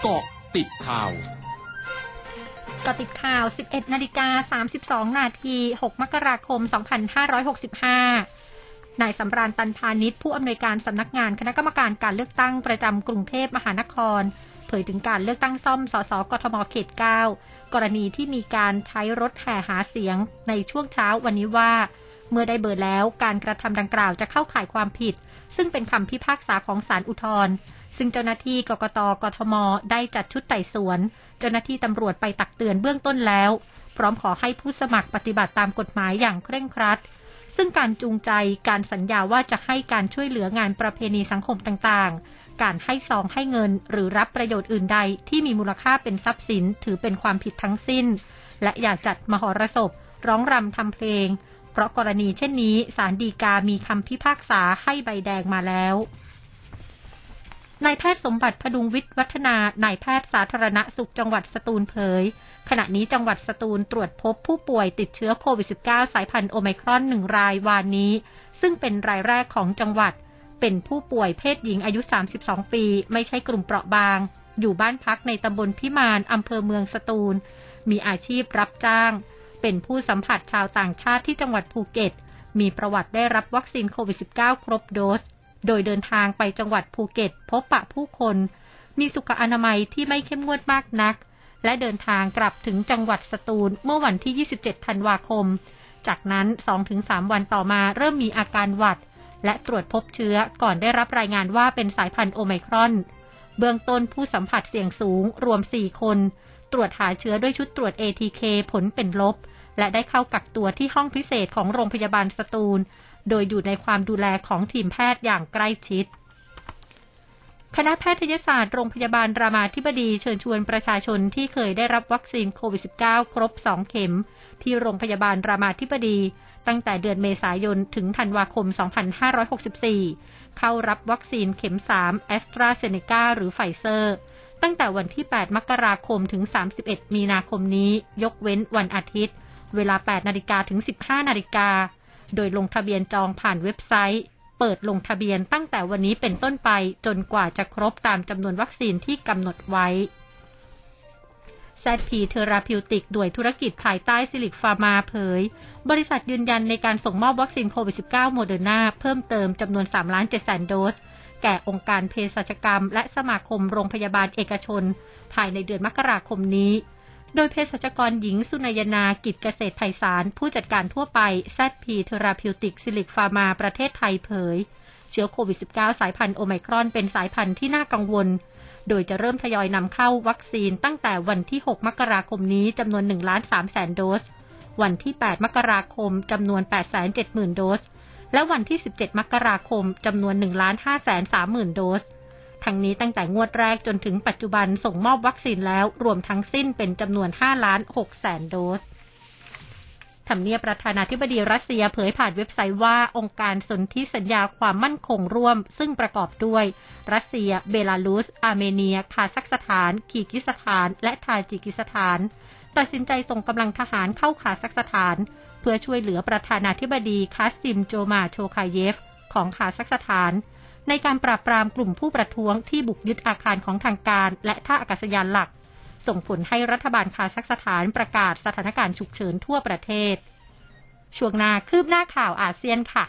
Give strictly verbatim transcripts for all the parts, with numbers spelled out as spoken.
เกาะติดข่าวกติดข่าว สิบเอ็ดนาฬิกาสามสิบสองนาที หกมกราคมสองพันห้าร้อยหกสิบห้านายสำราญตันพานิชผู้อำนวยการสำนักงานคณะกรรมการการเลือกตั้งประจำกรุงเทพมหานครเผยถึงการเลือกตั้งซ่อมสสกทมเขตเก้ากรณีที่มีการใช้รถแห่หาเสียงในช่วงเช้าวันนี้ว่าเมื่อได้เบอร์แล้วการกระทำดังกล่าวจะเข้าข่ายความผิดซึ่งเป็นคำพิพากษาของศาลอุทธรณ์ซึ่งเจ้าหน้าที่กกต.กทม.ได้จัดชุดไต่สวนเจ้าหน้าที่ตำรวจไปตักเตือนเบื้องต้นแล้วพร้อมขอให้ผู้สมัครปฏิบัติตามกฎหมายอย่างเคร่งครัดซึ่งการจูงใจการสัญญาว่าจะให้การช่วยเหลืองานประเพณีสังคมต่างๆการให้ซองให้เงินหรือรับประโยชน์อื่นใดที่มีมูลค่าเป็นทรัพย์สินถือเป็นความผิดทั้งสิ้นและอย่าจัดมหรสพร้องรำทำเพลงเพราะกรณีเช่นนี้ศาลฎีกามีคำพิพากษาให้ใบแดงมาแล้วนายแพทย์สมบัติพดุงวิทย์วัฒนานายแพทย์สาธารณสุขจังหวัดสตูลเผยขณะนี้จังหวัดสตูลตรวจพบผู้ป่วยติดเชื้อโควิด สิบเก้า สายพันธุ์โอไมครอนหนึ่งรายวานนี้ซึ่งเป็นรายแรกของจังหวัดเป็นผู้ป่วยเพศหญิงอายุสามสิบสองปีไม่ใช่กลุ่มเปราะบางอยู่บ้านพักในตำบลพิมานอำเภอเมืองสตูลมีอาชีพรับจ้างเป็นผู้สัมผัสชาวต่างชาติที่จังหวัดภูเก็ตมีประวัติได้รับวัคซีนโควิด สิบเก้า ครบโดสโดยเดินทางไปจังหวัดภูเก็ตพบปะผู้คนมีสุขอนามัยที่ไม่เข้มงวดมากนักและเดินทางกลับถึงจังหวัดสตูลเมื่อวันที่ยี่สิบเจ็ดธันวาคมจากนั้น สองถึงสาม วันต่อมาเริ่มมีอาการหวัดและตรวจพบเชื้อก่อนได้รับรายงานว่าเป็นสายพันธุ์โอไมครอนเบื้องต้นผู้สัมผัสเสี่ยงสูงรวมสี่คนตรวจหาเชื้อด้วยชุดตรวจ เอ ที เค ผลเป็นลบและได้เข้ากักตัวที่ห้องพิเศษของโรงพยาบาลสตูลโดยอยู่ในความดูแลของทีมแพทย์อย่างใกล้ชิดคณะแพทยศาสตร์โรงพยาบาลรามาธิบดีเชิญชวนประชาชนที่เคยได้รับวัคซีนโควิด สิบเก้า ครบสองเข็มที่โรงพยาบาลรามาธิบดีตั้งแต่เดือนเมษายนถึงธันวาคมสองพันห้าร้อยหกสิบสี่เข้ารับวัคซีนเข็มสาม AstraZeneca หรือไฟเซอร์ตั้งแต่วันที่แปดมกราคมถึงสามสิบเอ็ดมีนาคมนี้ยกเว้นวันอาทิตย์เวลา แปดนาฬิกา ถึง สิบห้านาฬิกาโดยลงทะเบียนจองผ่านเว็บไซต์เปิดลงทะเบียนตั้งแต่วันนี้เป็นต้นไปจนกว่าจะครบตามจำนวนวัคซีนที่กำหนดไว้ แซด พี Therapeutics ด้วยธุรกิจภายใต้ซิลิกฟาร์มาเผยบริษัทยืนยันในการส่งมอบวัคซีนโควิด สิบเก้า โมเดอร์นาเพิ่มเติมจำนวน สามล้านเจ็ดแสน โดสแก่องค์การเภสัชกรรมและสมาคมโรงพยาบาลเอกชนภายในเดือนมกราคมนี้โดยเภสัชกรหญิงสุนัยนากิจเกษตรไพศาลผู้จัดการทั่วไป แซด พี Therapeutics ซิลิกฟาร์มาประเทศไทยเผยเชื้อโควิด สิบเก้า สายพันธุ์โอไมครอนเป็นสายพันธุ์ที่น่ากังวลโดยจะเริ่มทยอยนำเข้าวัคซีนตั้งแต่วันที่หกมกราคมนี้จำนวน หนึ่งล้านสามแสน โดสวันที่แปดมกราคมจำนวน แปดแสนเจ็ดหมื่น โดสและวันที่สิบเจ็ดมกราคมจำนวน หนึ่งล้านห้าแสนสามหมื่น โดสทั้งนี้ตั้งแต่งวดแรกจนถึงปัจจุบันส่งมอบวัคซีนแล้วรวมทั้งสิ้นเป็นจำนวน ห้าล้านหกแสน โดสทำเนียบประธานาธิบดีรัสเซียเผยผ่านเว็บไซต์ว่าองค์การสนธิสัญญาความมั่นคงร่วมซึ่งประกอบด้วยรัสเซียเบลารุสอาร์เมเนียคาซัคสถานคีร์กิสถานและทาจิกิสถานตัดสินใจส่งกำลังทหารเข้าคาซัคสถานเพื่อช่วยเหลือประธานาธิบดีคาซิมโจมาโชคาเยฟของคาซัคสถานในการปราบปรามกลุ่มผู้ประท้วงที่บุกยึดอาคารของทางการและท่าอากาศยานหลักส่งผลให้รัฐบาลคาซัคสถานประกาศสถานการณ์ฉุกเฉินทั่วประเทศช่วงหน้าคืบหน้าข่าวอาเซียนค่ะ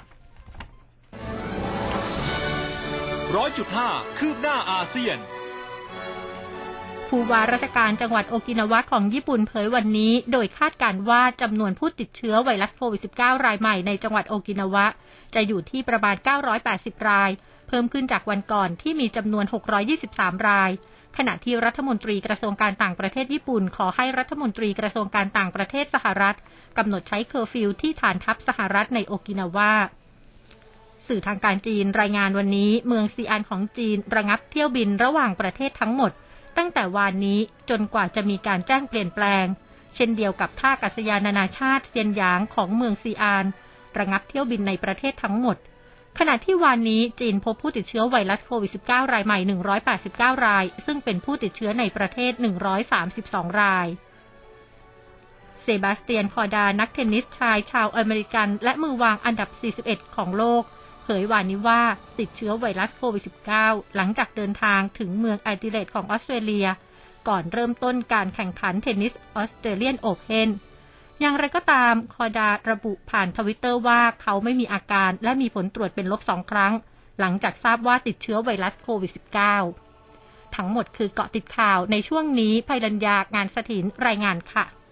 ร้อยจุดห้า คืบหน้าอาเซียนผู้ว่าราชการจังหวัดโอกินาวะของญี่ปุ่นเผยวันนี้โดยคาดการณ์ว่าจำนวนผู้ติดเชื้อไวรัสโควิด สิบเก้า รายใหม่ในจังหวัดโอกินาวะจะอยู่ที่ประมาณเก้าร้อยแปดสิบรายเพิ่มขึ้นจากวันก่อนที่มีจำนวนหกร้อยยี่สิบสามรายขณะที่รัฐมนตรีกระทรวงการต่างประเทศญี่ปุ่นขอให้รัฐมนตรีกระทรวงการต่างประเทศสหรัฐกำหนดใช้เคอร์ฟิวที่ฐานทัพสหรัฐในโอกินาวะสื่อทางการจีนรายงานวันนี้เมืองซีอันของจีนระงับเที่ยวบินระหว่างประเทศทั้งหมดตั้งแต่วานนี้จนกว่าจะมีการแจ้งเปลี่ยนแปลงเช่นเดียวกับท่าอากาศยานนานาชาติเซียนหยางของเมืองซีอานระงับเที่ยวบินในประเทศทั้งหมดขณะที่วานนี้จีนพบผู้ติดเชื้อไวรัสโควิด สิบเก้า รายใหม่หนึ่งร้อยแปดสิบเก้ารายซึ่งเป็นผู้ติดเชื้อในประเทศหนึ่งร้อยสามสิบสองรายเซบาสเตียนคอร์ดานักเทนนิสชายชาวอเมริกันและมือวางอันดับสี่สิบเอ็ดของโลกเผยวานนี้ว่าติดเชื้อไวรัสโควิด สิบเก้า หลังจากเดินทางถึงเมืองแอดิเลดของออสเตรเลียก่อนเริ่มต้นการแข่งขันเทนนิสออสเตรเลียนโอเพ่นอย่างไรก็ตามคอดาระบุผ่านทวิตเตอร์ว่าเขาไม่มีอาการและมีผลตรวจเป็นลบสองครั้งหลังจากทราบว่าติดเชื้อไวรัสโควิด สิบเก้า ทั้งหมดคือเกาะติดข่าวในช่วงนี้ภัยรัญญางานสถินรายงานค่ะ